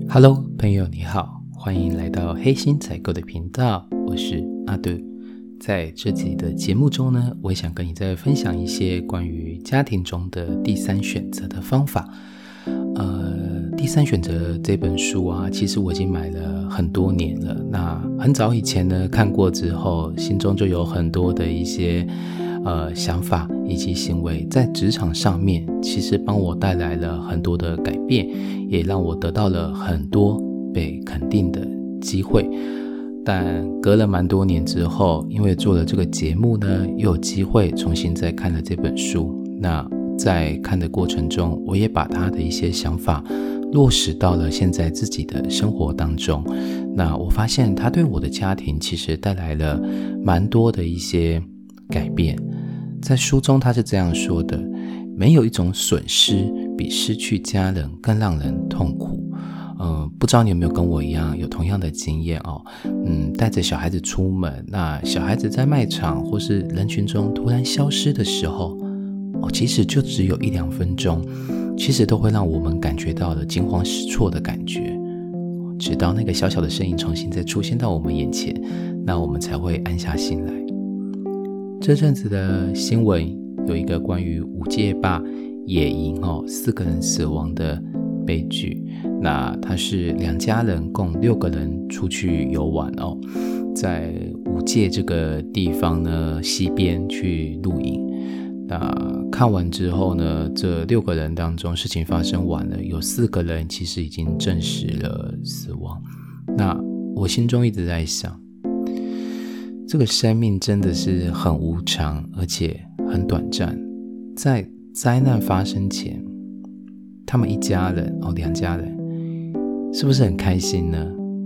Hello， 朋友你好，欢迎来到黑心采购的频道，我是阿杜。在这集的节目中呢，我也想跟你再分享一些关于家庭中的第三选择的方法。第三选择这本书啊，其实我已经买了很多年了。那很早以前呢，看过之后，心中就有很多的一些想法以及行为，在职场上面其实帮我带来了很多的改变，也让我得到了很多被肯定的机会。但隔了蛮多年之后，因为做了这个节目呢，又有机会重新再看了这本书。那在看的过程中，我也把他的一些想法落实到了现在自己的生活当中。那我发现他对我的家庭其实带来了蛮多的一些改变。在书中他是这样说的：没有一种损失比失去家人更让人痛苦。不知道你有没有跟我一样有同样的经验哦？带着小孩子出门，那小孩子在卖场或是人群中突然消失的时候，其实就只有1-2分钟，其实都会让我们感觉到了惊慌失措的感觉，直到那个小小的身影重新再出现到我们眼前，那我们才会安下心来。这阵子的新闻有一个关于武界坝野营4个人死亡的悲剧。那他是2家人共6个人出去游玩在武界这个地方呢西边去露营。那看完之后呢，这6个人当中事情发生完了，有4个人其实已经证实了死亡。那我心中一直在想，这个生命真的是很无常，而且很短暂。在灾难发生前，他们1家人2家人是不是很开心呢？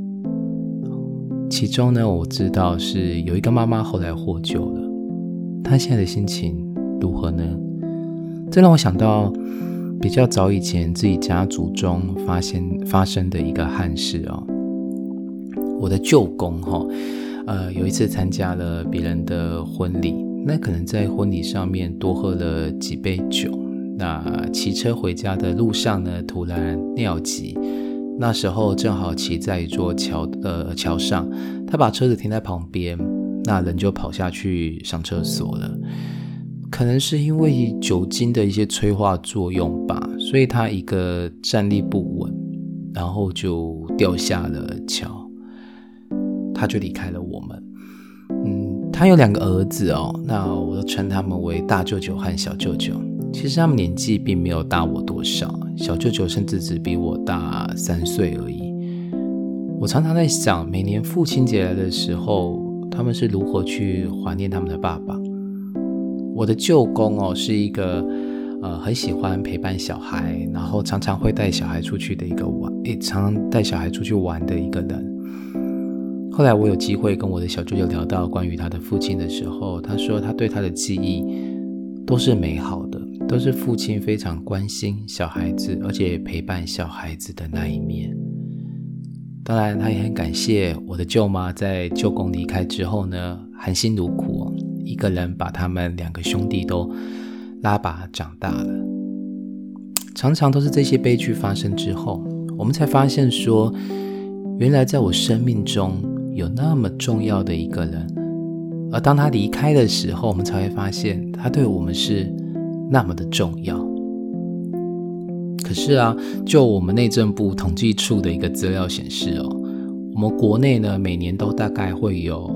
其中呢，我知道是有一个妈妈后来获救了，她现在的心情如何呢？这让我想到比较早以前自己家族中发生的一个憾事我的舅公有一次参加了别人的婚礼，那可能在婚礼上面多喝了几杯酒，那骑车回家的路上呢，突然尿急。那时候正好骑在一座桥上，他把车子停在旁边，那人就跑下去上厕所了。可能是因为酒精的一些催化作用吧，所以他一个站立不稳，然后就掉下了桥，他就离开了我们。他有2个儿子那我都称他们为大舅舅和小舅舅。其实他们年纪并没有大我多少，小舅舅甚至只比我大3岁而已。我常常在想，每年父亲节来的时候，他们是如何去怀念他们的爸爸。我的舅公是一个很喜欢陪伴小孩，然后常常会带小孩出去的常常带小孩出去玩的一个人。后来我有机会跟我的小舅舅聊到关于他的父亲的时候，他说他对他的记忆都是美好的，都是父亲非常关心小孩子，而且陪伴小孩子的那一面。当然他也很感谢我的舅妈在舅公离开之后呢，含辛茹苦一个人把他们2个兄弟都拉拔长大了。常常都是这些悲剧发生之后，我们才发现说，原来在我生命中有那么重要的一个人，而当他离开的时候，我们才会发现他对我们是那么的重要。可是就我们内政部统计处的一个资料显示我们国内呢每年都大概会有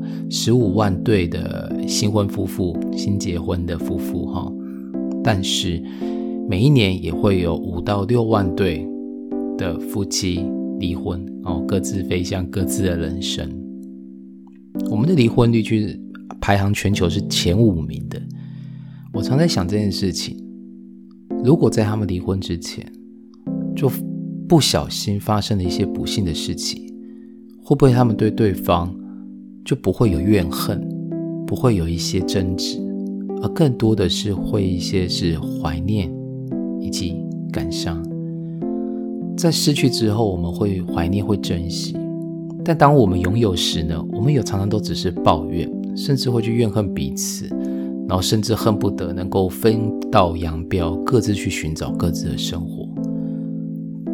15万对的新婚夫妇，新结婚的夫妇但是每一年也会有5到6万对的夫妻离婚各自飞向各自的人生。我们的离婚率去排行全球是前5名的。我常在想这件事情，如果在他们离婚之前就不小心发生了一些不幸的事情，会不会他们对对方就不会有怨恨，不会有一些争执，而更多的是会一些是怀念以及感伤。在失去之后我们会怀念，会珍惜，但当我们拥有时呢，我们常常都只是抱怨，甚至会去怨恨彼此，然后甚至恨不得能够分道扬镳，各自去寻找各自的生活。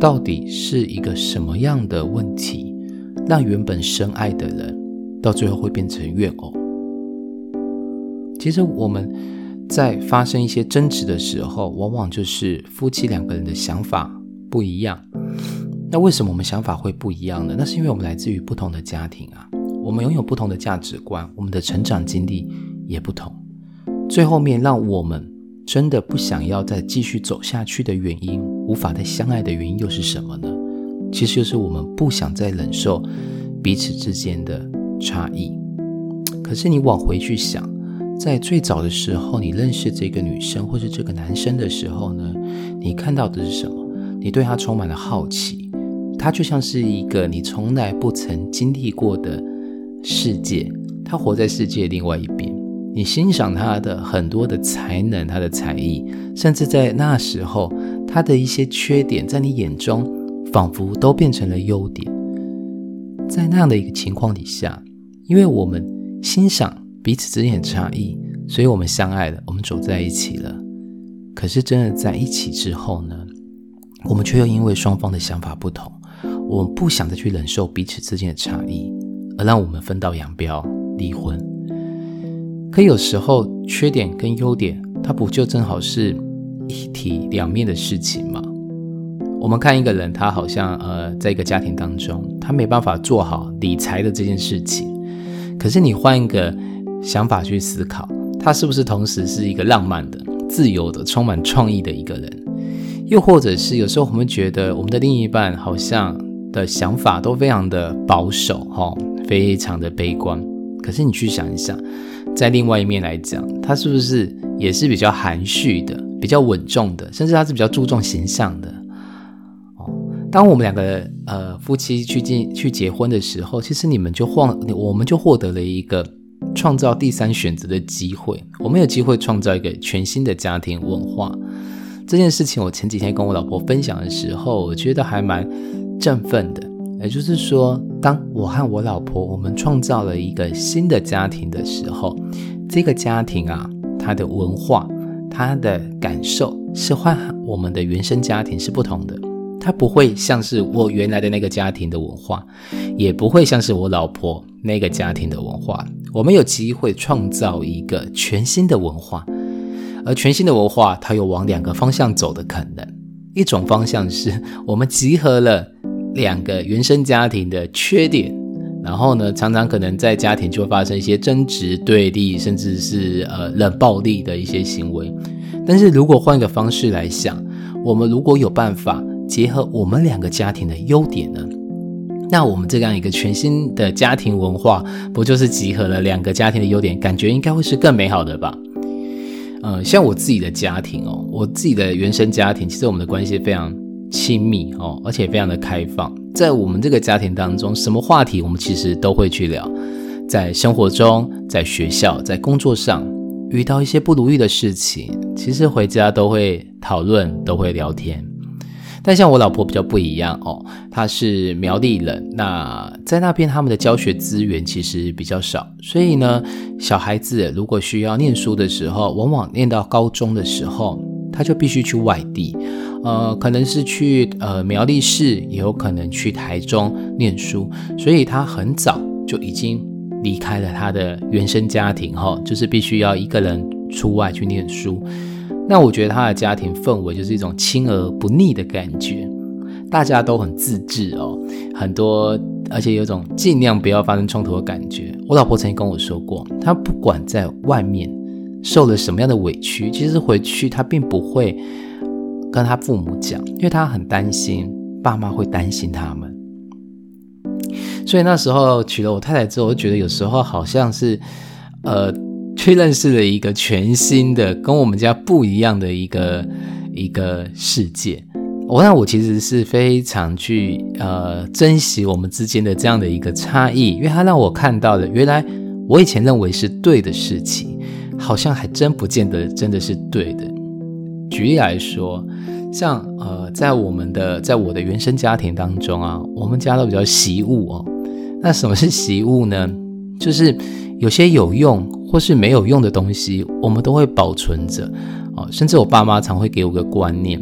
到底是一个什么样的问题，让原本深爱的人到最后会变成怨偶？其实我们在发生一些争执的时候，往往就是夫妻两个人的想法不一样。那为什么我们想法会不一样呢？那是因为我们来自于不同的家庭啊，我们拥有不同的价值观，我们的成长经历也不同。最后面让我们真的不想要再继续走下去的原因，无法再相爱的原因又是什么呢？其实就是我们不想再忍受彼此之间的差异。可是你往回去想，在最早的时候，你认识这个女生或是这个男生的时候呢，你看到的是什么？你对他充满了好奇，他就像是一个你从来不曾经历过的世界，他活在世界另外一边。你欣赏他的很多的才能，他的才艺，甚至在那时候他的一些缺点在你眼中仿佛都变成了优点。在那样的一个情况底下，因为我们欣赏彼此之间的差异，所以我们相爱了，我们走在一起了。可是真的在一起之后呢，我们却又因为双方的想法不同，我们不想再去忍受彼此之间的差异，而让我们分道扬镳，离婚。可有时候缺点跟优点，它不就正好是一体两面的事情吗？我们看一个人，他好像在一个家庭当中，他没办法做好理财的这件事情，可是你换一个想法去思考，他是不是同时是一个浪漫的、自由的、充满创意的一个人？又或者是有时候我们觉得我们的另一半好像的想法都非常的保守，非常的悲观。可是你去想一想，在另外一面来讲，他是不是也是比较含蓄的、比较稳重的，甚至他是比较注重形象的？当我们两个夫妻去结婚的时候，其实我们就获得了一个创造第三选择的机会，我们有机会创造一个全新的家庭文化。这件事情我前几天跟我老婆分享的时候，我觉得还蛮振奋的。也就是说，当我和我老婆我们创造了一个新的家庭的时候，这个家庭啊，它的文化、它的感受是和我们的原生家庭是不同的。它不会像是我原来的那个家庭的文化，也不会像是我老婆那个家庭的文化。我们有机会创造一个全新的文化，而全新的文化它有往两个方向走的可能。一种方向是我们集合了两个原生家庭的缺点，然后呢，常常可能在家庭就会发生一些争执、对立，甚至是冷暴力的一些行为。但是如果换一个方式来想，我们如果有办法结合我们两个家庭的优点呢，那我们这样一个全新的家庭文化，不就是集合了两个家庭的优点，感觉应该会是更美好的吧？像我自己的家庭我自己的原生家庭，其实我们的关系非常亲密而且非常的开放。在我们这个家庭当中，什么话题我们其实都会去聊，在生活中、在学校、在工作上遇到一些不如意的事情，其实回家都会讨论，都会聊天。但像我老婆比较不一样她是苗栗人，那在那边他们的教学资源其实比较少，所以呢，小孩子如果需要念书的时候，往往念到高中的时候，他就必须去外地，可能是去苗栗市，也有可能去台中念书，所以他很早就已经离开了他的原生家庭就是必须要一个人出外去念书。那我觉得他的家庭氛围就是一种亲而不腻的感觉，大家都很自制很多，而且有种尽量不要发生冲突的感觉。我老婆曾经跟我说过，她不管在外面受了什么样的委屈，其实回去她并不会跟她父母讲，因为她很担心爸妈会担心他们。所以那时候娶了我太太之后，我就觉得有时候好像是去认识了一个全新的跟我们家不一样的一个世界。那我其实是非常去珍惜我们之间的这样的一个差异，因为它让我看到了原来我以前认为是对的事情，好像还真不见得真的是对的。举例来说，像在我的原生家庭当中啊，我们家都比较习物那什么是习物呢？就是有些有用或是没有用的东西，我们都会保存着甚至我爸妈常会给我个观念，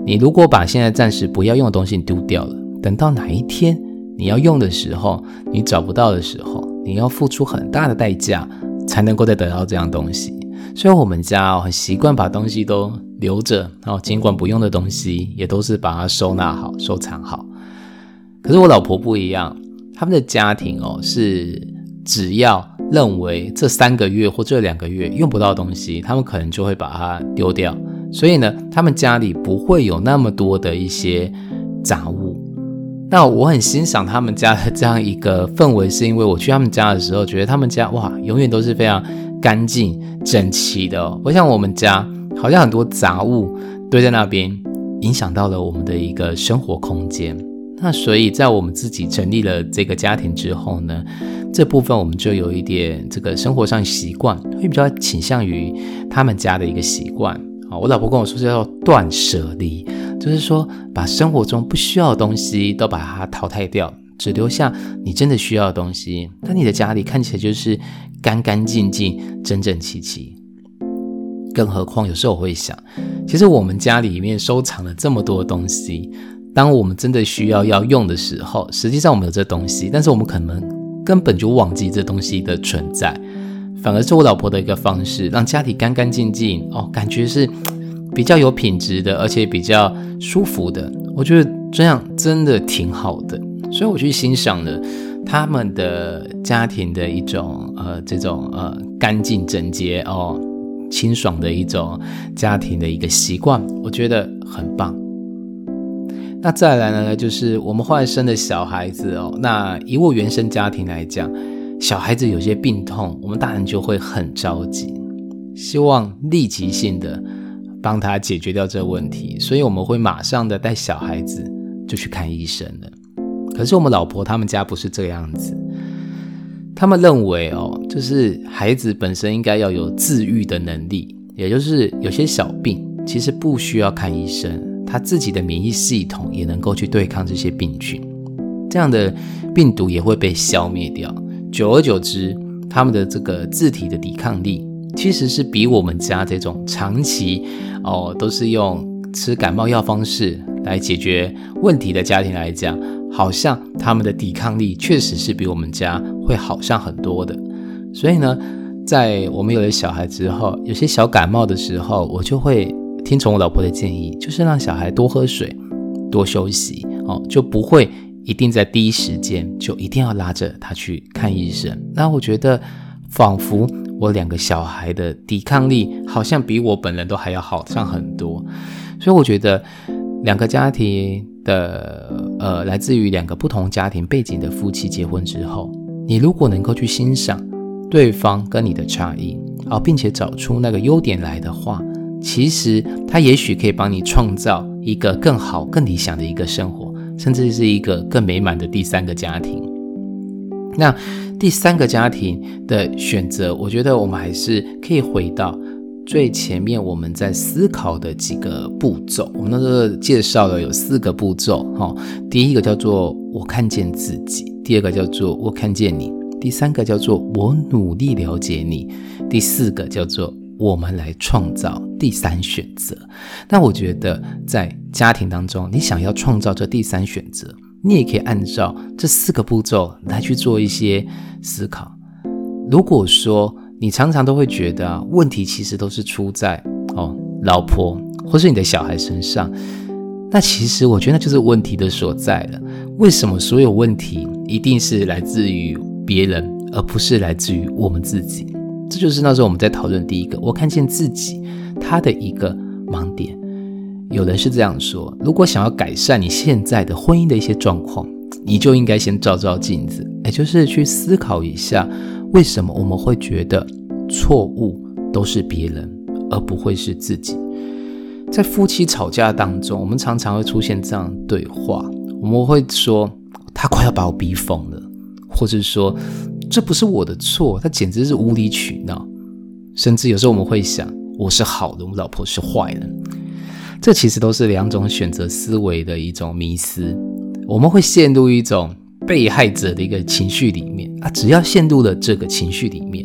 你如果把现在暂时不要用的东西丢掉了，等到哪一天你要用的时候，你找不到的时候，你要付出很大的代价才能够再得到这样东西。所以我们家很习惯把东西都留着，尽管不用的东西也都是把它收纳好收藏好。可是我老婆不一样，他们的家庭是只要认为这3个月或这2个月用不到的东西，他们可能就会把它丢掉。所以呢，他们家里不会有那么多的一些杂物。那我很欣赏他们家的这样一个氛围，是因为我去他们家的时候，觉得他们家永远都是非常干净整齐的不像我们家好像很多杂物堆在那边，影响到了我们的一个生活空间。那所以在我们自己成立了这个家庭之后呢，这部分我们就有一点这个生活上习惯会比较倾向于他们家的一个习惯。我老婆跟我说叫断舍离，就是说把生活中不需要的东西都把它淘汰掉，只留下你真的需要的东西。那你的家里看起来就是干干净净整整齐齐。更何况有时候我会想，其实我们家里面收藏了这么多东西，当我们真的需要用的时候，实际上我们有这东西，但是我们可能根本就忘记这东西的存在。反而是我老婆的一个方式，让家里干干净净感觉是比较有品质的，而且比较舒服的。我觉得这样真的挺好的，所以我去欣赏了他们的家庭的一种这种干净整洁清爽的一种家庭的一个习惯，我觉得很棒。那再来呢，就是我们后来生的小孩子那以我原生家庭来讲，小孩子有些病痛，我们大人就会很着急，希望立即性的帮他解决掉这个问题，所以我们会马上的带小孩子就去看医生了。可是我们老婆他们家不是这样子，他们认为就是孩子本身应该要有自愈的能力，也就是有些小病其实不需要看医生，他自己的免疫系统也能够去对抗这些病菌，这样的病毒也会被消灭掉。久而久之，他们的这个自体的抵抗力其实是比我们家这种长期都是用吃感冒药方式来解决问题的家庭来讲，好像他们的抵抗力确实是比我们家会好上很多的。所以呢，在我们有了小孩之后，有些小感冒的时候，我就会听从我老婆的建议，就是让小孩多喝水多休息就不会一定在第一时间就一定要拉着他去看医生。那我觉得仿佛我2个小孩的抵抗力好像比我本人都还要好上很多。所以我觉得2个家庭的来自于2个不同家庭背景的夫妻结婚之后，你如果能够去欣赏对方跟你的差异并且找出那个优点来的话，其实他也许可以帮你创造一个更好更理想的一个生活，甚至是一个更美满的第3个家庭。那第3个家庭的选择，我觉得我们还是可以回到最前面我们在思考的几个步骤。我们那时候介绍了有4个步骤第一个叫做我看见自己，第2个叫做我看见你，第3个叫做我努力了解你，第4个叫做我们来创造第3选择。那我觉得在家庭当中，你想要创造这第3选择，你也可以按照这4个步骤来去做一些思考。如果说你常常都会觉得问题其实都是出在老婆或是你的小孩身上，那其实我觉得那就是问题的所在了。为什么所有问题一定是来自于别人，而不是来自于我们自己？这就是那时候我们在讨论第一个我看见自己他的一个盲点。有人是这样说，如果想要改善你现在的婚姻的一些状况，你就应该先照照镜子，也就是去思考一下，为什么我们会觉得错误都是别人，而不会是自己。在夫妻吵架当中，我们常常会出现这样的对话，我们会说他快要把我逼疯了，或是说这不是我的错，他简直是无理取闹。甚至有时候我们会想，我是好的，我们老婆是坏人。这其实都是2种选择思维的一种迷思。我们会陷入一种被害者的一个情绪里面只要陷入了这个情绪里面，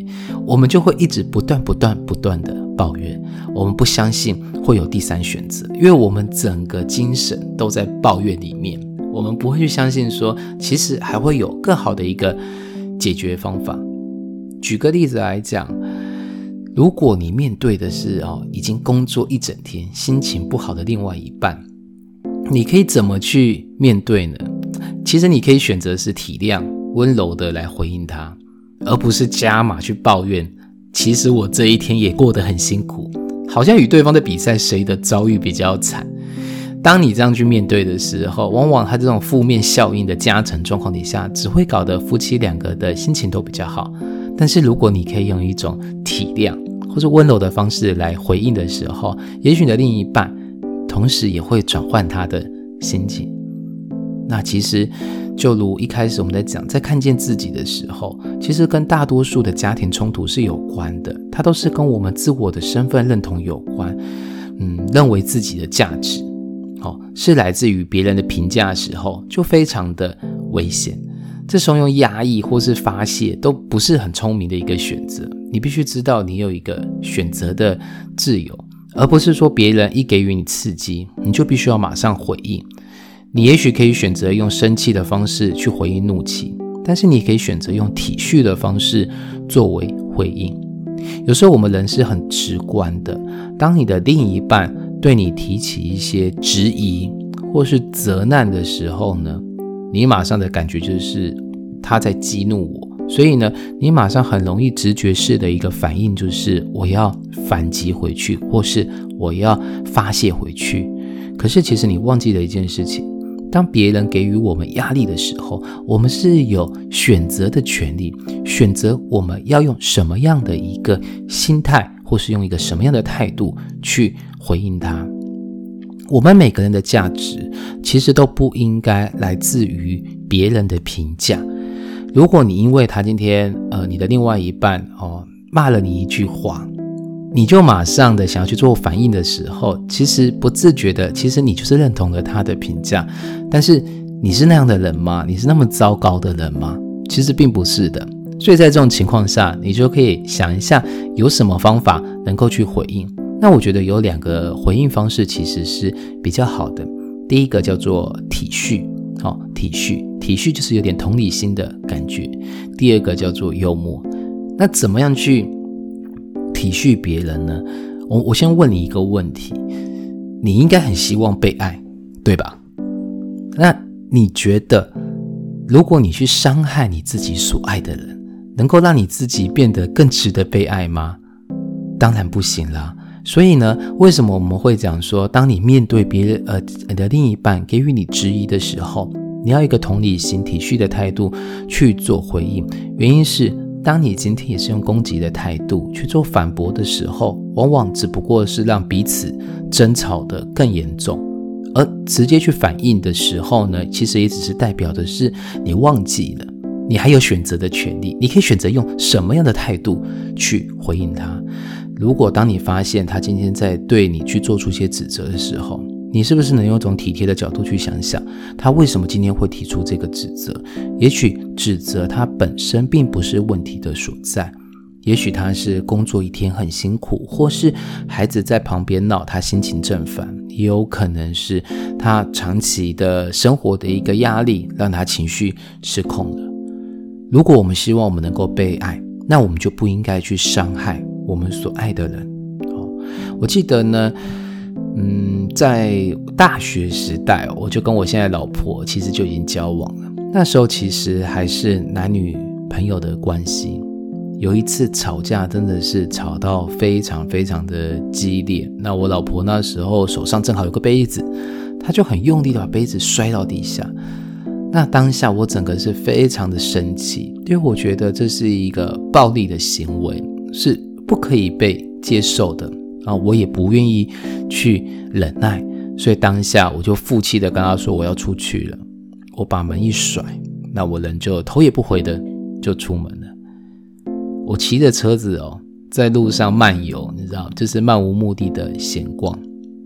我们就会一直不断的抱怨，我们不相信会有第三选择，因为我们整个精神都在抱怨里面，我们不会去相信说其实还会有更好的一个解决方法。举个例子来讲，如果你面对的是已经工作一整天心情不好的另外一半，你可以怎么去面对呢？其实你可以选择是体谅温柔的来回应他，而不是加码去抱怨其实我这一天也过得很辛苦，好像与对方的比赛谁的遭遇比较惨。当你这样去面对的时候，往往他这种负面效应的加成状况底下，只会搞得夫妻两个的心情都比较好。但是如果你可以用一种体谅或是温柔的方式来回应的时候，也许你的另一半同时也会转换他的心情。那其实就如一开始我们在讲，在看见自己的时候，其实跟大多数的家庭冲突是有关的，它都是跟我们自我的身份认同有关。认为自己的价值是来自于别人的评价的时候，就非常的危险。这时候用压抑或是发泄都不是很聪明的一个选择。你必须知道你有一个选择的自由，而不是说别人一给予你刺激，你就必须要马上回应。你也许可以选择用生气的方式去回应怒气，但是你可以选择用体恤的方式作为回应。有时候我们人是很直观的，当你的另一半对你提起一些质疑或是责难的时候呢，你马上的感觉就是他在激怒我，所以呢，你马上很容易直觉式的一个反应就是我要反击回去，或是我要发泄回去。可是其实你忘记了一件事情，当别人给予我们压力的时候，我们是有选择的权利，选择我们要用什么样的一个心态，或是用一个什么样的态度去回应他。我们每个人的价值其实都不应该来自于别人的评价。如果你因为他今天你的另外一半骂了你一句话，你就马上的想要去做反应的时候，其实不自觉的，其实你就是认同了他的评价。但是你是那样的人吗？你是那么糟糕的人吗？其实并不是的。所以在这种情况下，你就可以想一下有什么方法能够去回应。那我觉得有2个回应方式其实是比较好的。第一个叫做体恤，体恤就是有点同理心的感觉。第二个叫做幽默。那怎么样去体恤别人呢？我先问你一个问题，你应该很希望被爱，对吧？那你觉得如果你去伤害你自己所爱的人，能够让你自己变得更值得被爱吗？当然不行啦。所以呢，为什么我们会讲说，当你面对别人你的另一半给予你质疑的时候，你要一个同理心体恤的态度去做回应。原因是当你今天也是用攻击的态度去做反驳的时候，往往只不过是让彼此争吵得更严重。而直接去反应的时候呢，其实也只是代表的是你忘记了你还有选择的权利，你可以选择用什么样的态度去回应他。如果当你发现他今天在对你去做出一些指责的时候，你是不是能用一种体贴的角度去想想他为什么今天会提出这个指责？也许指责他本身并不是问题的所在，也许他是工作一天很辛苦，或是孩子在旁边闹他心情正烦，也有可能是他长期的生活的一个压力让他情绪失控了。如果我们希望我们能够被爱，那我们就不应该去伤害我们所爱的人。我记得呢在大学时代我就跟我现在老婆其实就已经交往了，那时候其实还是男女朋友的关系。有一次吵架真的是吵到非常非常的激烈，那我老婆那时候手上正好有个杯子，她就很用力的把杯子摔到地下。那当下我整个是非常的生气，因为我觉得这是一个暴力的行为，是不可以被接受的我也不愿意去忍耐，所以当下我就负气的跟他说我要出去了。我把门一甩，那我人就头也不回的就出门了。我骑着车子在路上漫游，你知道，就是漫无目的的闲逛。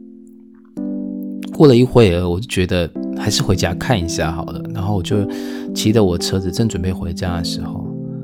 过了一会儿，我就觉得还是回家看一下好了，然后我就骑着我车子正准备回家的时候，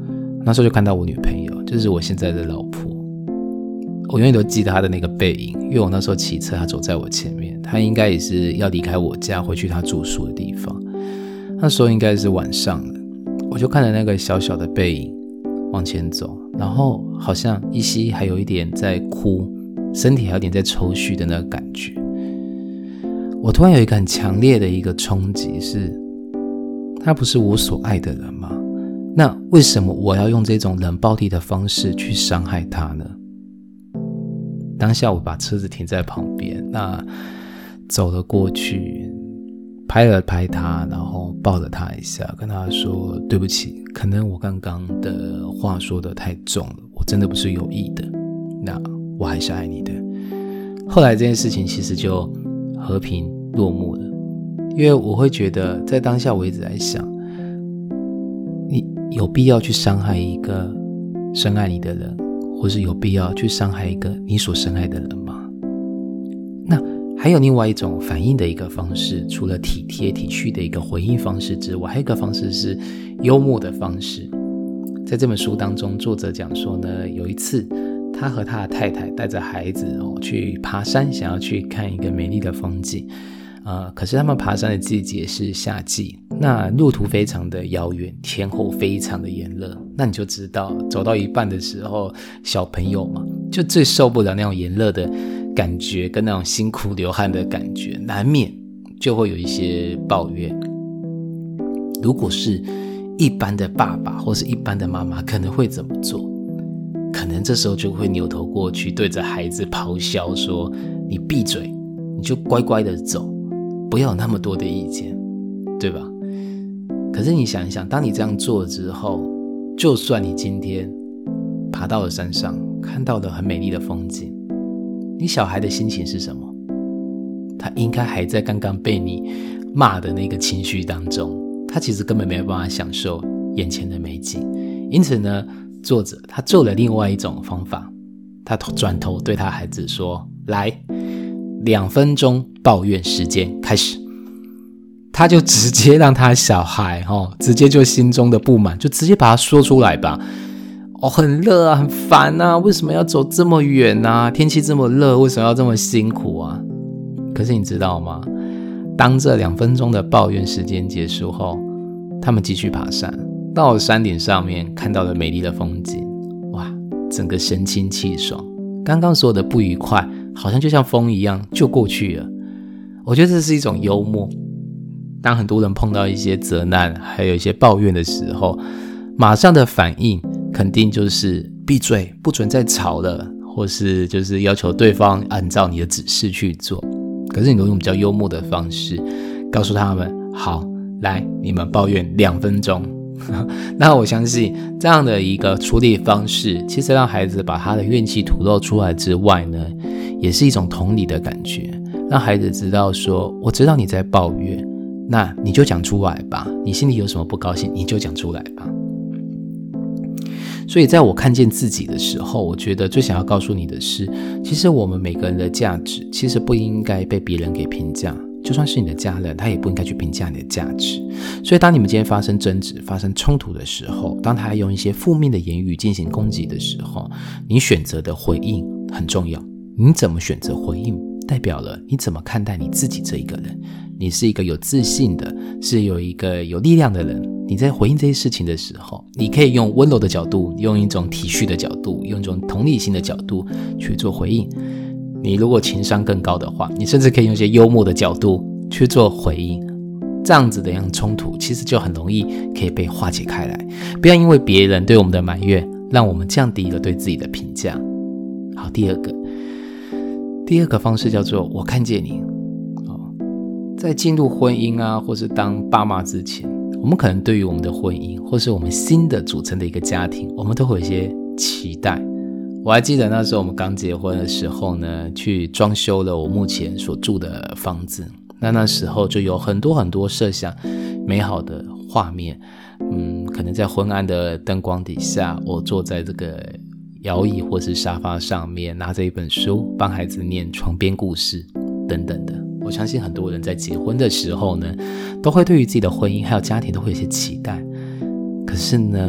那时候就看到我女朋友，就是我现在的老婆。我永远都记得她的那个背影，因为我那时候骑车，她走在我前面，她应该也是要离开我家回去她住宿的地方。那时候应该是晚上了，我就看着那个小小的背影往前走，然后好像依稀还有一点在哭，身体还有点在抽搐的那个感觉。我突然有一个很强烈的一个冲击是，他不是我所爱的人吗？那为什么我要用这种冷暴力的方式去伤害他呢？当下我把车子停在旁边，那走了过去，拍了拍他，然后抱了他一下，跟他说对不起，可能我刚刚的话说得太重了，我真的不是有意的，那我还是爱你的。后来这件事情其实就和平落幕了，因为我会觉得在当下我一直在想，你有必要去伤害一个深爱你的人，或是有必要去伤害一个你所深爱的人吗？那还有另外一种反应的一个方式，除了体贴体恤的一个回应方式之外，还有一个方式是幽默的方式。在这本书当中，作者讲说呢，有一次他和他的太太带着孩子去爬山，想要去看一个美丽的风景。可是他们爬山的季节是夏季，那路途非常的遥远，天候非常的炎热，那你就知道走到一半的时候，小朋友嘛，就最受不了那种炎热的感觉跟那种辛苦流汗的感觉，难免就会有一些抱怨。如果是一般的爸爸或是一般的妈妈可能会怎么做？可能这时候就会扭头过去对着孩子咆哮说，你闭嘴，你就乖乖的走，不要有那么多的意见，对吧？可是你想一想，当你这样做之后，就算你今天爬到了山上，看到了很美丽的风景，你小孩的心情是什么？他应该还在刚刚被你骂的那个情绪当中，他其实根本没有办法享受眼前的美景。因此呢，作者他做了另外一种方法，他转头对他孩子说，来，2分钟抱怨时间开始。他就直接让他小孩直接就心中的不满就直接把它说出来吧。很热啊，很烦啊，为什么要走这么远啊？天气这么热，为什么要这么辛苦啊？可是你知道吗？当这2分钟的抱怨时间结束后，他们继续爬山，到了山顶上面看到了美丽的风景，哇，整个神清气爽，刚刚所有的不愉快好像就像风一样就过去了。我觉得这是一种幽默。当很多人碰到一些责难还有一些抱怨的时候，马上的反应肯定就是闭嘴，不准再吵了，或是就是要求对方按照你的指示去做。可是你用比较幽默的方式告诉他们，好，来，你们抱怨2分钟。那我相信这样的一个处理方式，其实让孩子把他的怨气吐露出来之外呢，也是一种同理的感觉，让孩子知道说，我知道你在抱怨，那你就讲出来吧，你心里有什么不高兴你就讲出来吧。所以在我看见自己的时候，我觉得最想要告诉你的是，其实我们每个人的价值其实不应该被别人给评价，就算是你的家人，他也不应该去评价你的价值。所以当你们今天发生争执发生冲突的时候，当他用一些负面的言语进行攻击的时候，你选择的回应很重要。你怎么选择回应代表了你怎么看待你自己这一个人。你是一个有自信的，是有一个有力量的人，你在回应这些事情的时候，你可以用温柔的角度，用一种体恤的角度，用一种同理心的角度去做回应。你如果情商更高的话，你甚至可以用一些幽默的角度去做回应。这样子的样冲突其实就很容易可以被化解开来。不要因为别人对我们的埋怨，让我们降低了对自己的评价。好，第二个方式叫做我看见你。在进入婚姻啊，或是当爸妈之前，我们可能对于我们的婚姻，或是我们新的组成的一个家庭，我们都会有一些期待。我还记得那时候我们刚结婚的时候呢，去装修了我目前所住的房子。那时候就有很多很多设想美好的画面，可能在昏暗的灯光底下，我坐在这个摇椅或是沙发上面，拿着一本书，帮孩子念床边故事等等的。我相信很多人在结婚的时候呢，都会对于自己的婚姻还有家庭都会有一些期待。可是呢，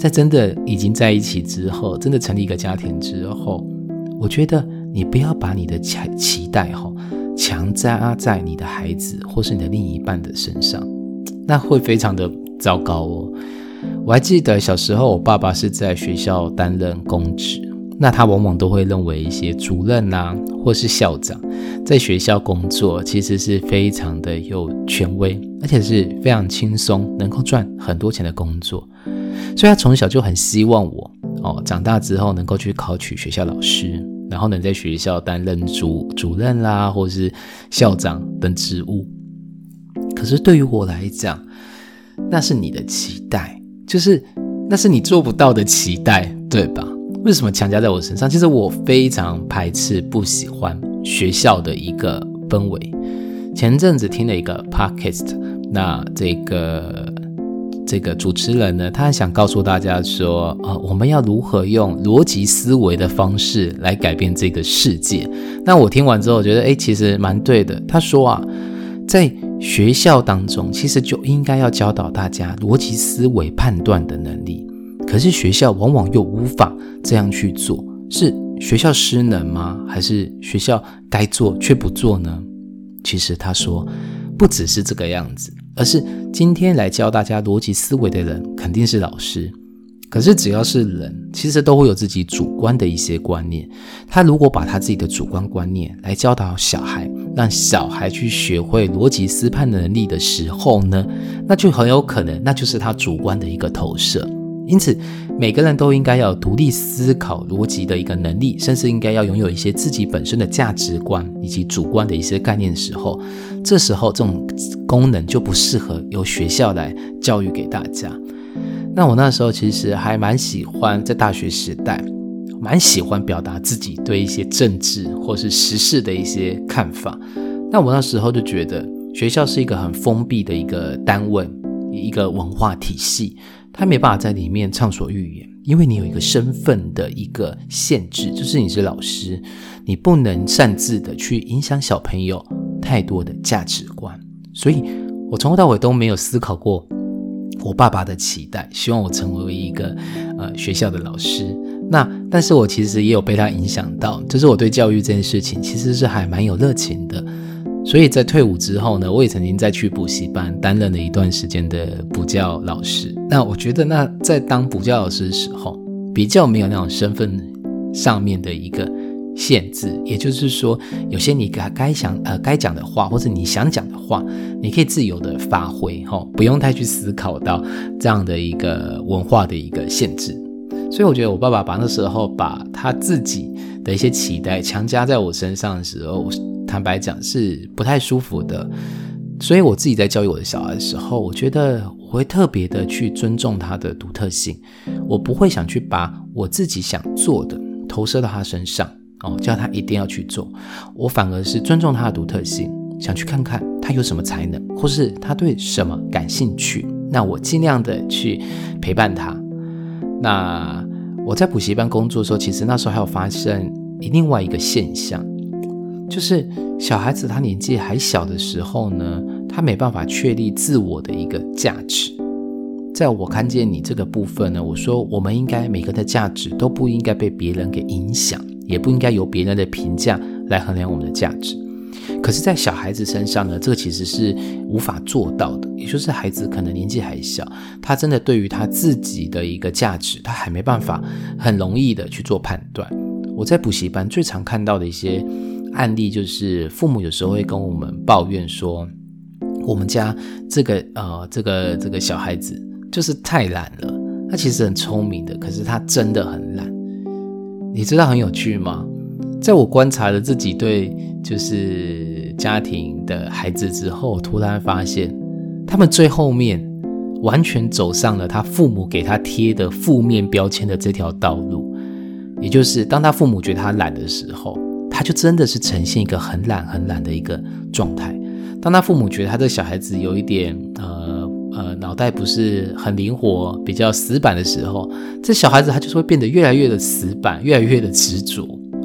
在真的已经在一起之后，真的成立一个家庭之后，我觉得你不要把你的期待强加在你的孩子或是你的另一半的身上，那会非常的糟糕哦。我还记得小时候我爸爸是在学校担任公职，那他往往都会认为一些主任啊或是校长在学校工作其实是非常的有权威，而且是非常轻松能够赚很多钱的工作，所以他从小就很希望我长大之后能够去考取学校老师，然后能在学校担任主任啦或是校长等职务。可是对于我来讲，那是你的期待，就是那是你做不到的期待，对吧？为什么强加在我身上？其实我非常排斥不喜欢学校的一个氛围。前阵子听了一个 podcast， 那这个主持人呢，他想告诉大家说我们要如何用逻辑思维的方式来改变这个世界。那我听完之后我觉得其实蛮对的。他说在学校当中其实就应该要教导大家逻辑思维判断的能力，可是学校往往又无法这样去做，是学校失能吗？还是学校该做却不做呢？其实他说不只是这个样子，而是今天来教大家逻辑思维的人肯定是老师，可是只要是人其实都会有自己主观的一些观念，他如果把他自己的主观观念来教导小孩，让小孩去学会逻辑思判能力的时候呢，那就很有可能那就是他主观的一个投射。因此每个人都应该要有独立思考逻辑的一个能力，甚至应该要拥有一些自己本身的价值观以及主观的一些概念的时候，这时候这种功能就不适合由学校来教育给大家。那我那时候其实还蛮喜欢，在大学时代蛮喜欢表达自己对一些政治或是时事的一些看法。那我那时候就觉得学校是一个很封闭的一个单位，一个文化体系，它没办法在里面畅所欲言，因为你有一个身份的一个限制，就是你是老师，你不能擅自的去影响小朋友太多的价值观。所以我从头到尾都没有思考过我爸爸的期待，希望我成为一个学校的老师。但是我其实也有被他影响到，就是我对教育这件事情其实是还蛮有热情的。所以在退伍之后呢，我也曾经再去补习班担任了一段时间的补教老师。那我觉得在当补教老师的时候，比较没有那种身份上面的一个限制，也就是说有些你该讲的话或者你想讲的话，你可以自由的发挥，不用太去思考到这样的一个文化的一个限制。所以我觉得我爸爸那时候把他自己的一些期待强加在我身上的时候，坦白讲是不太舒服的。所以我自己在教育我的小孩的时候，我觉得我会特别的去尊重他的独特性，我不会想去把我自己想做的投射到他身上，叫他一定要去做。我反而是尊重他的独特性，想去看看他有什么才能，或是他对什么感兴趣，那我尽量的去陪伴他。那我在补习班工作的时候，其实那时候还有发现另外一个现象，就是小孩子他年纪还小的时候呢，他没办法确立自我的一个价值。在我看见你这个部分呢，我说我们应该每个人的价值都不应该被别人给影响，也不应该由别人的评价来衡量我们的价值。可是在小孩子身上呢，这个其实是无法做到的，也就是孩子可能年纪还小，他真的对于他自己的一个价值，他还没办法很容易的去做判断。我在补习班最常看到的一些案例，就是父母有时候会跟我们抱怨说，我们家这个小孩子就是太懒了，他其实很聪明的，可是他真的很懒。你知道很有趣吗？在我观察了自己对就是家庭的孩子之后，突然发现他们最后面完全走上了他父母给他贴的负面标签的这条道路。也就是当他父母觉得他懒的时候，他就真的是呈现一个很懒很懒的一个状态。当他父母觉得他这小孩子有一点脑袋不是很灵活，比较死板的时候，这小孩子他就是会变得越来越的死板，越来越的执着。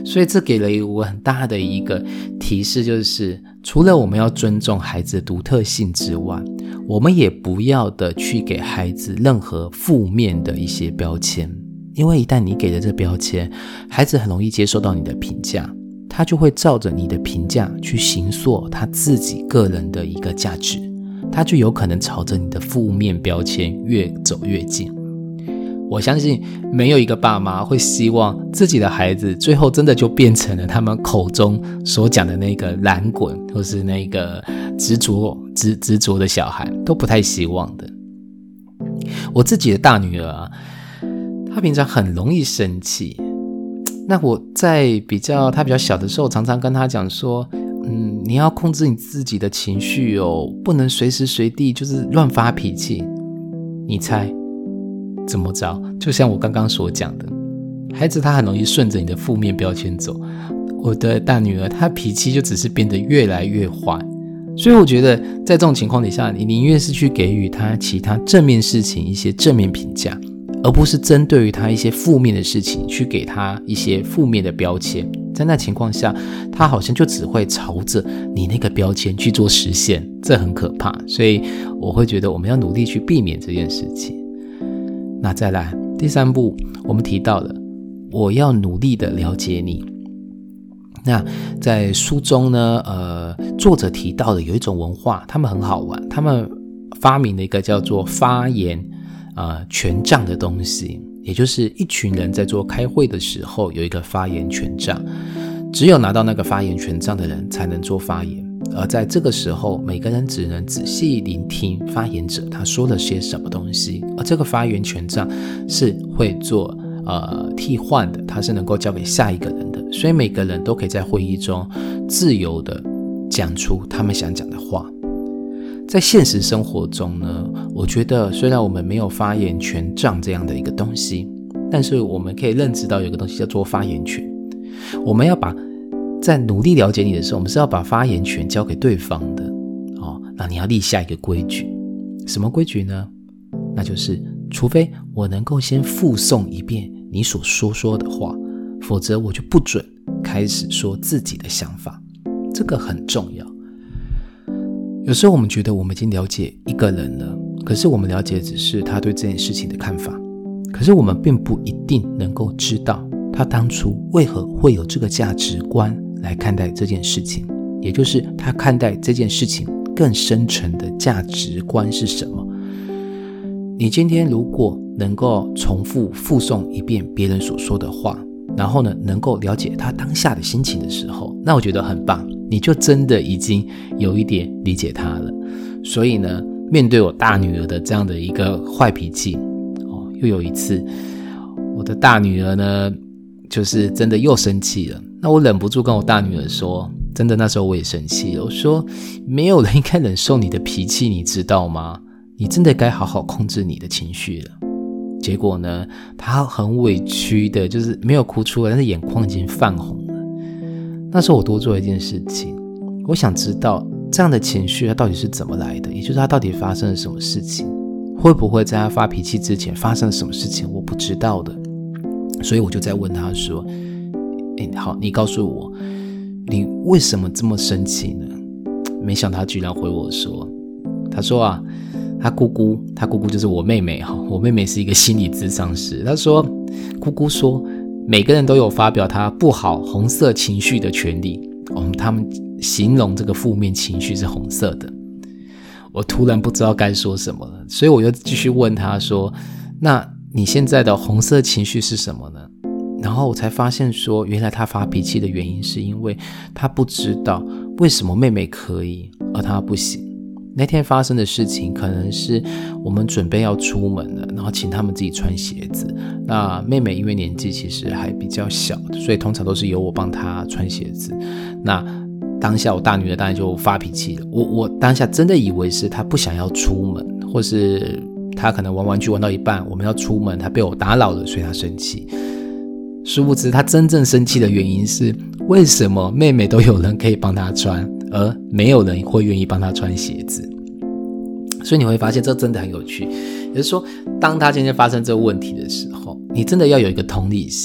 所以这给了我很大的一个提示，就是除了我们要尊重孩子的独特性之外，我们也不要的去给孩子任何负面的一些标签，因为一旦你给了这标签，孩子很容易接受到你的评价，他就会照着你的评价去形塑他自己个人的一个价值，他就有可能朝着你的负面标签越走越近。我相信没有一个爸妈会希望自己的孩子最后真的就变成了他们口中所讲的那个懒滚或是那个执着的小孩，都不太希望的。我自己的大女儿啊，她平常很容易生气，那我在她比较小的时候，常常跟她讲说你要控制你自己的情绪哦，不能随时随地就是乱发脾气。你猜怎么着？就像我刚刚所讲的，孩子他很容易顺着你的负面标签走，我的大女儿她脾气就只是变得越来越坏。所以我觉得在这种情况底下，你宁愿是去给予她其他正面事情一些正面评价，而不是针对于她一些负面的事情去给她一些负面的标签。在那情况下，她好像就只会朝着你那个标签去做实现，这很可怕。所以我会觉得我们要努力去避免这件事情。那再来第3步，我们提到了我要努力的了解你。那在书中呢，作者提到的有一种文化，他们很好玩，他们发明了一个叫做发言权杖的东西，也就是一群人在做开会的时候有一个发言权杖，只有拿到那个发言权杖的人才能做发言，而在这个时候每个人只能仔细聆听发言者他说了些什么东西，而这个发言权杖是会做替换的，它是能够交给下一个人的，所以每个人都可以在会议中自由的讲出他们想讲的话。在现实生活中呢，我觉得虽然我们没有发言权杖这样的一个东西，但是我们可以认知到有一个东西叫做发言权。我们要在努力了解你的时候，我们是要把发言权交给对方的那你要立下一个规矩。什么规矩呢？那就是除非我能够先复诵一遍你所说的话，否则我就不准开始说自己的想法。这个很重要。有时候我们觉得我们已经了解一个人了，可是我们了解只是他对这件事情的看法，可是我们并不一定能够知道他当初为何会有这个价值观来看待这件事情，也就是他看待这件事情更深层的价值观是什么。你今天如果能够重复复诵一遍别人所说的话，然后呢能够了解他当下的心情的时候，那我觉得很棒，你就真的已经有一点理解他了。所以呢，面对我大女儿的这样的一个坏脾气又有一次我的大女儿呢就是真的又生气了，那我忍不住跟我大女儿说，真的那时候我也生气了，我说没有人应该忍受你的脾气，你知道吗？你真的该好好控制你的情绪了。结果呢，她很委屈的，就是没有哭出来，但是眼眶已经泛红了。那时候我多做一件事情，我想知道这样的情绪它到底是怎么来的，也就是它到底发生了什么事情，会不会在她发脾气之前发生了什么事情我不知道的。所以我就在问她说，好，你告诉我你为什么这么生气呢？没想到她居然回我说，她说啊，她姑姑就是我妹妹，我妹妹是一个心理咨商师。她说姑姑说每个人都有发表他不好红色情绪的权利，他们形容这个负面情绪是红色的。我突然不知道该说什么了，所以我又继续问她说，那你现在的红色情绪是什么呢？然后我才发现说，原来她发脾气的原因是因为她不知道为什么妹妹可以而她不行。那天发生的事情可能是我们准备要出门了，然后请他们自己穿鞋子，那妹妹因为年纪其实还比较小，所以通常都是由我帮她穿鞋子。那当下我大女儿当然就发脾气了，我当下真的以为是她不想要出门，或是她可能玩玩具玩到一半我们要出门，她被我打扰了，所以她生气。殊不知她真正生气的原因是，为什么妹妹都有人可以帮她穿，而没有人会愿意帮她穿鞋子。所以你会发现这真的很有趣，也就是说当她今天发生这个问题的时候，你真的要有一个同理心，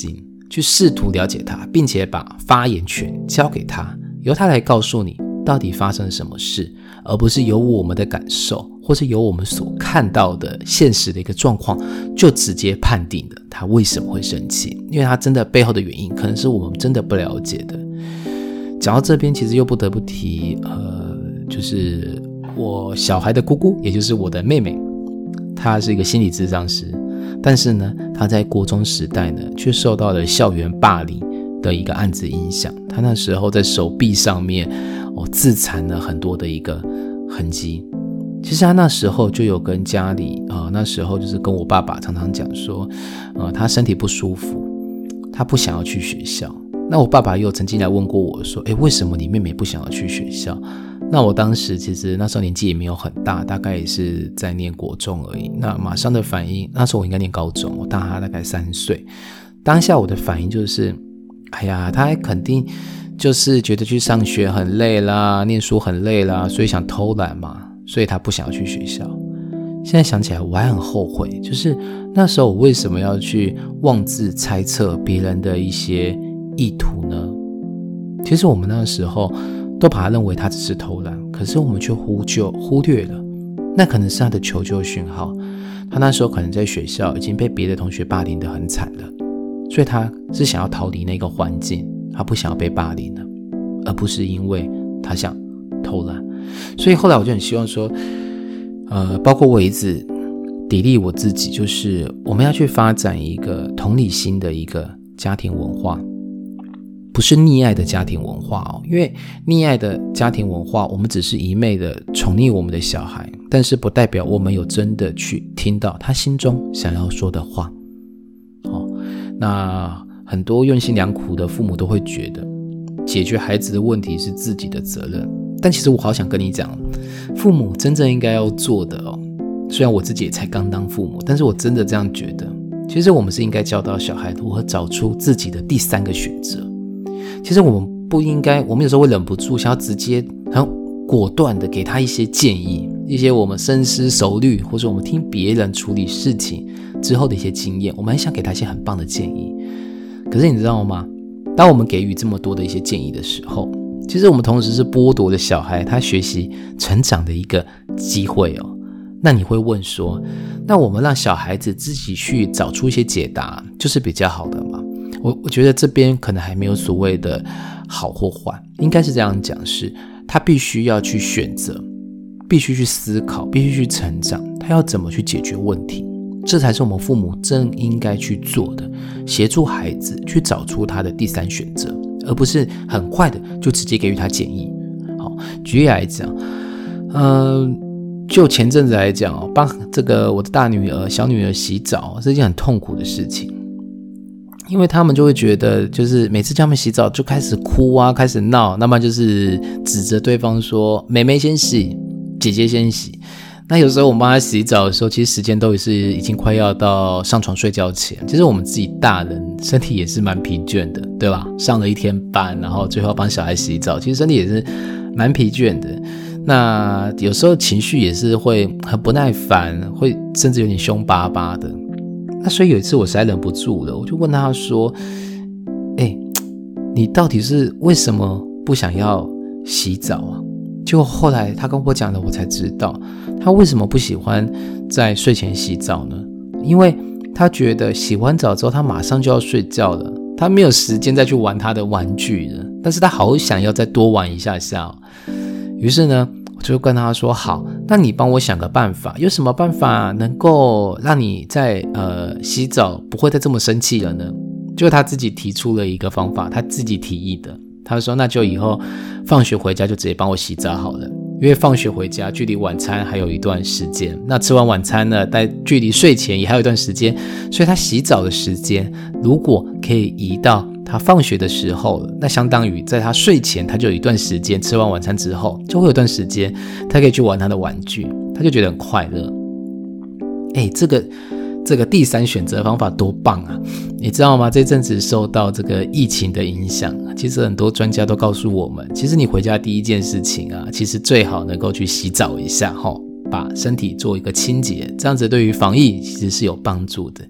去试图了解他，并且把发言权交给他，由他来告诉你到底发生了什么事，而不是由我们的感受或是由我们所看到的现实的一个状况就直接判定了他为什么会生气，因为他真的背后的原因可能是我们真的不了解的。讲到这边，其实又不得不提就是我小孩的姑姑，也就是我的妹妹，她是一个心理咨商师，但是呢，她在国中时代呢，却受到了校园霸凌的一个案子影响。她那时候在手臂上面自残了很多的一个痕迹。其实她那时候就有跟家里那时候就是跟我爸爸常常讲说，她身体不舒服，她不想要去学校。那我爸爸又曾经来问过我说，为什么你妹妹不想要去学校？那我当时其实那时候年纪也没有很大，大概也是在念国中而已。那马上的反应，那时候我应该念高中，我大他大概3岁。当下我的反应就是，哎呀，他肯定就是觉得去上学很累啦，念书很累啦，所以想偷懒嘛，所以他不想要去学校。现在想起来我还很后悔，就是那时候我为什么要去妄自猜测别人的一些意图呢？其实我们那时候都把他认为他只是偷懒，可是我们却忽略了，那可能是他的求救讯号。他那时候可能在学校已经被别的同学霸凌得很惨了，所以他是想要逃离那个环境，他不想要被霸凌了，而不是因为他想偷懒。所以后来我就很希望说，包括我一直砥砺我自己，就是我们要去发展一个同理心的一个家庭文化，不是溺爱的家庭文化因为溺爱的家庭文化，我们只是一昧的宠溺我们的小孩，但是不代表我们有真的去听到他心中想要说的话。那很多用心良苦的父母都会觉得解决孩子的问题是自己的责任，但其实我好想跟你讲，父母真正应该要做的虽然我自己也才刚当父母，但是我真的这样觉得，其实我们是应该教导小孩如何找出自己的第三个选择。其实我们不应该，我们有时候会忍不住想要直接很果断的给他一些建议，一些我们深思熟虑，或者我们听别人处理事情之后的一些经验，我们很想给他一些很棒的建议。可是你知道吗？当我们给予这么多的一些建议的时候，其实我们同时是剥夺了小孩他学习成长的一个机会那你会问说，那我们让小孩子自己去找出一些解答，就是比较好的吗？我觉得这边可能还没有所谓的好或坏，应该是这样讲，是他必须要去选择，必须去思考，必须去成长，他要怎么去解决问题，这才是我们父母真应该去做的，协助孩子去找出他的第三选择，而不是很快的就直接给予他建议。好，举例来讲，就前阵子来讲帮这个我的小女儿洗澡是一件很痛苦的事情。因为他们就会觉得，就是每次叫他们洗澡就开始哭啊，开始闹，那么就是指责对方说妹妹先洗，姐姐先洗。那有时候我们帮他洗澡的时候，其实时间都是已经快要到上床睡觉前，其实我们自己大人身体也是蛮疲倦的，对吧？上了一天班，然后最后帮小孩洗澡，其实身体也是蛮疲倦的。那有时候情绪也是会很不耐烦，会甚至有点凶巴巴的。那所以有一次我实在忍不住了，我就问他说，你到底是为什么不想要洗澡啊？结果后来他跟我讲了，我才知道他为什么不喜欢在睡前洗澡呢？因为他觉得洗完澡之后他马上就要睡觉了，他没有时间再去玩他的玩具了，但是他好想要再多玩一下下于是呢我就跟他说，好，那你帮我想个办法，有什么办法能够让你在洗澡不会再这么生气了呢？就他自己提出了一个方法，他自己提议的。他说那就以后放学回家就直接帮我洗澡好了，因为放学回家距离晚餐还有一段时间，那吃完晚餐呢，在距离睡前也还有一段时间，所以他洗澡的时间如果可以移到他放学的时候，那相当于在他睡前他就有一段时间，吃完晚餐之后就会有一段时间他可以去玩他的玩具，他就觉得很快乐。这个第三选择方法多棒啊！你知道吗？这阵子受到这个疫情的影响，其实很多专家都告诉我们，其实你回家第一件事情其实最好能够去洗澡一下把身体做一个清洁，这样子对于防疫其实是有帮助的。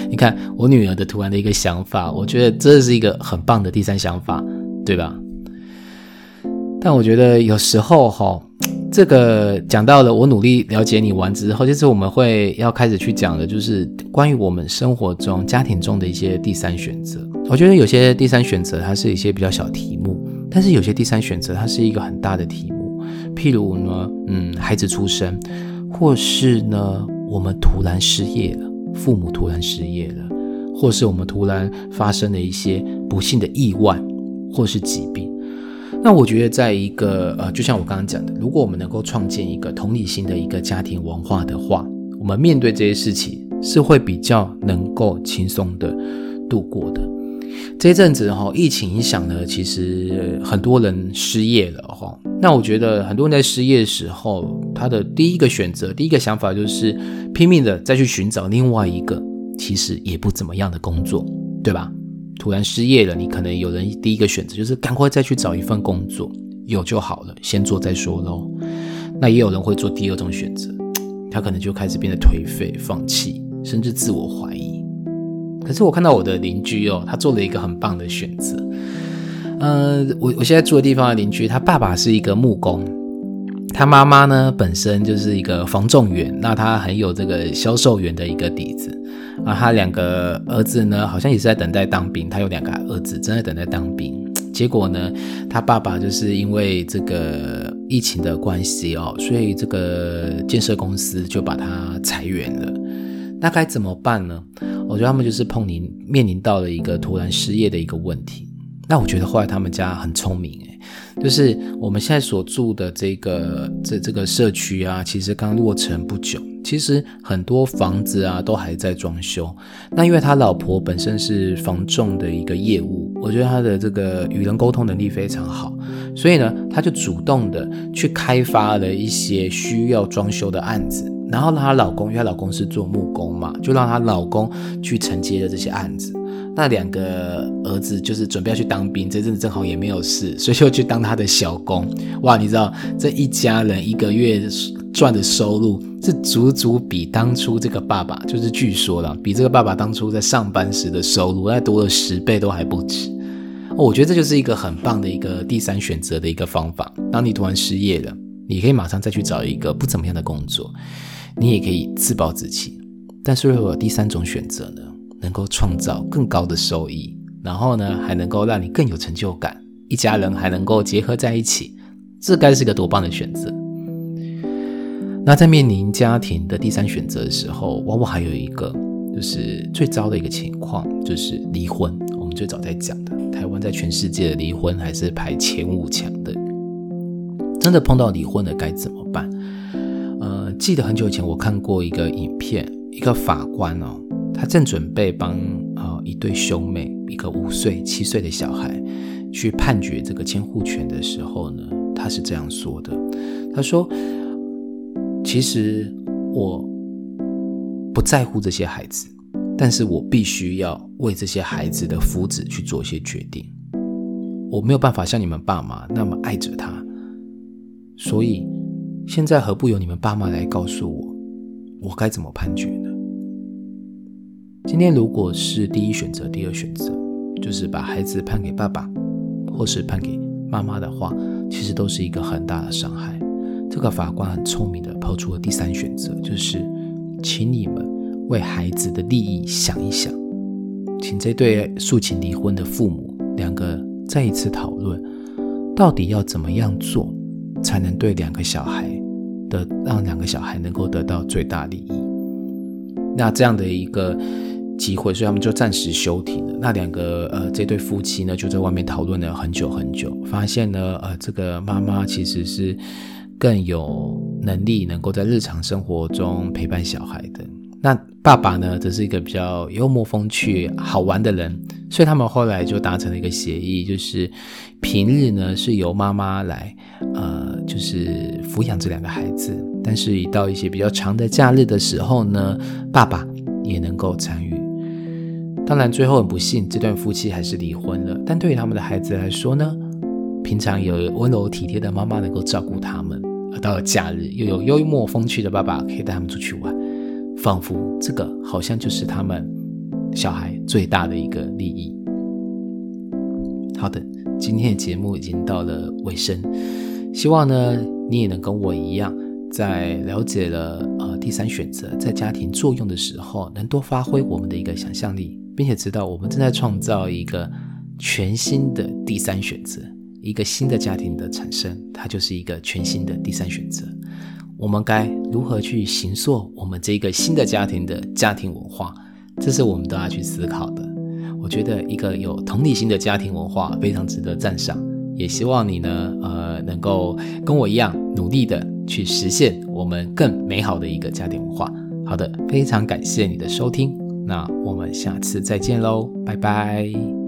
你看我女儿的突然的一个想法，我觉得这是一个很棒的第三想法，对吧？但我觉得有时候这个讲到了我努力了解你完之后，就是我们会要开始去讲的，就是关于我们生活中家庭中的一些第三选择。我觉得有些第三选择它是一些比较小题目，但是有些第三选择它是一个很大的题目，譬如呢孩子出生，或是呢我们突然失业了，父母突然失业了，或是我们突然发生了一些不幸的意外或是疾病。那我觉得在一个就像我刚刚讲的，如果我们能够创建一个同理心的一个家庭文化的话，我们面对这些事情是会比较能够轻松的度过的。这一阵子疫情影响呢，其实很多人失业了那我觉得很多人在失业的时候，他的第一个选择，第一个想法就是拼命的再去寻找另外一个其实也不怎么样的工作，对吧？突然失业了，你可能有人第一个选择就是赶快再去找一份工作，有就好了，先做再说咯。那也有人会做第二种选择，他可能就开始变得颓废、放弃，甚至自我怀疑。可是我看到我的邻居他做了一个很棒的选择。我现在住的地方的邻居，他爸爸是一个木工，他妈妈呢本身就是一个房仲员，那他很有这个销售员的一个底子他两个儿子呢好像也是在等待当兵，他有两个儿子正在等待当兵。结果呢他爸爸就是因为这个疫情的关系所以这个建设公司就把他裁员了。那该怎么办呢？我觉得他们就是面临到了一个突然失业的一个问题。那我觉得后来他们家很聪明就是我们现在所住的这个社区其实刚落成不久，其实很多房子都还在装修。那因为他老婆本身是房仲的一个业务，我觉得他的这个与人沟通能力非常好，所以呢他就主动的去开发了一些需要装修的案子，然后让她老公，因为她老公是做木工嘛，就让她老公去承接了这些案子。那两个儿子就是准备要去当兵，这阵子正好也没有事，所以就去当他的小工。哇，你知道这一家人一个月赚的收入是足足比当初这个爸爸，就是据说啦，比这个爸爸当初在上班时的收入再多了10倍都还不止。我觉得这就是一个很棒的一个第三选择的一个方法。当你突然失业了，你可以马上再去找一个不怎么样的工作，你也可以自暴自弃。但是如果有第三种选择呢，能够创造更高的收益，然后呢还能够让你更有成就感，一家人还能够结合在一起，这该是个多棒的选择。那在面临家庭的第三选择的时候，往往还有一个就是最糟的一个情况，就是离婚。我们最早在讲的台湾在全世界的离婚还是排前5强的。真的碰到离婚了该怎么办？记得很久以前我看过一个影片，一个法官他正准备帮一对兄妹，一个5岁、7岁的小孩去判决这个监护权的时候呢，他是这样说的。他说，其实我不在乎这些孩子，但是我必须要为这些孩子的福祉去做一些决定。我没有办法像你们爸妈那么爱着他，所以现在何不由你们爸妈来告诉我，我该怎么判决呢？今天如果是第一选择、第二选择，就是把孩子判给爸爸或是判给妈妈的话，其实都是一个很大的伤害。这个法官很聪明的抛出了第三选择，就是请你们为孩子的利益想一想，请这对诉请离婚的父母两个再一次讨论，到底要怎么样做才能对让两个小孩能够得到最大利益。那这样的一个机会，所以他们就暂时休庭了。那这对夫妻呢，就在外面讨论了很久很久，发现呢，这个妈妈其实是更有能力能够在日常生活中陪伴小孩的。那爸爸呢，则是一个比较幽默风趣、好玩的人，所以他们后来就达成了一个协议，就是平日呢是由妈妈来，就是抚养这两个孩子，但是一到一些比较长的假日的时候呢，爸爸也能够参与。当然最后很不幸，这对夫妻还是离婚了，但对于他们的孩子来说呢，平常有温柔体贴的妈妈能够照顾他们，而到了假日又有幽默风趣的爸爸可以带他们出去玩，仿佛这个好像就是他们小孩最大的一个利益。好的，今天的节目已经到了尾声，希望呢你也能跟我一样，在了解了第三选择在家庭作用的时候，能多发挥我们的一个想象力，并且知道我们正在创造一个全新的第三选择，一个新的家庭的产生，它就是一个全新的第三选择。我们该如何去形塑我们这个新的家庭的家庭文化，这是我们都要去思考的。我觉得一个有同理心的家庭文化非常值得赞赏，也希望你呢能够跟我一样努力的去实现我们更美好的一个家庭文化。好的，非常感谢你的收听，那我们下次再见咯，拜拜。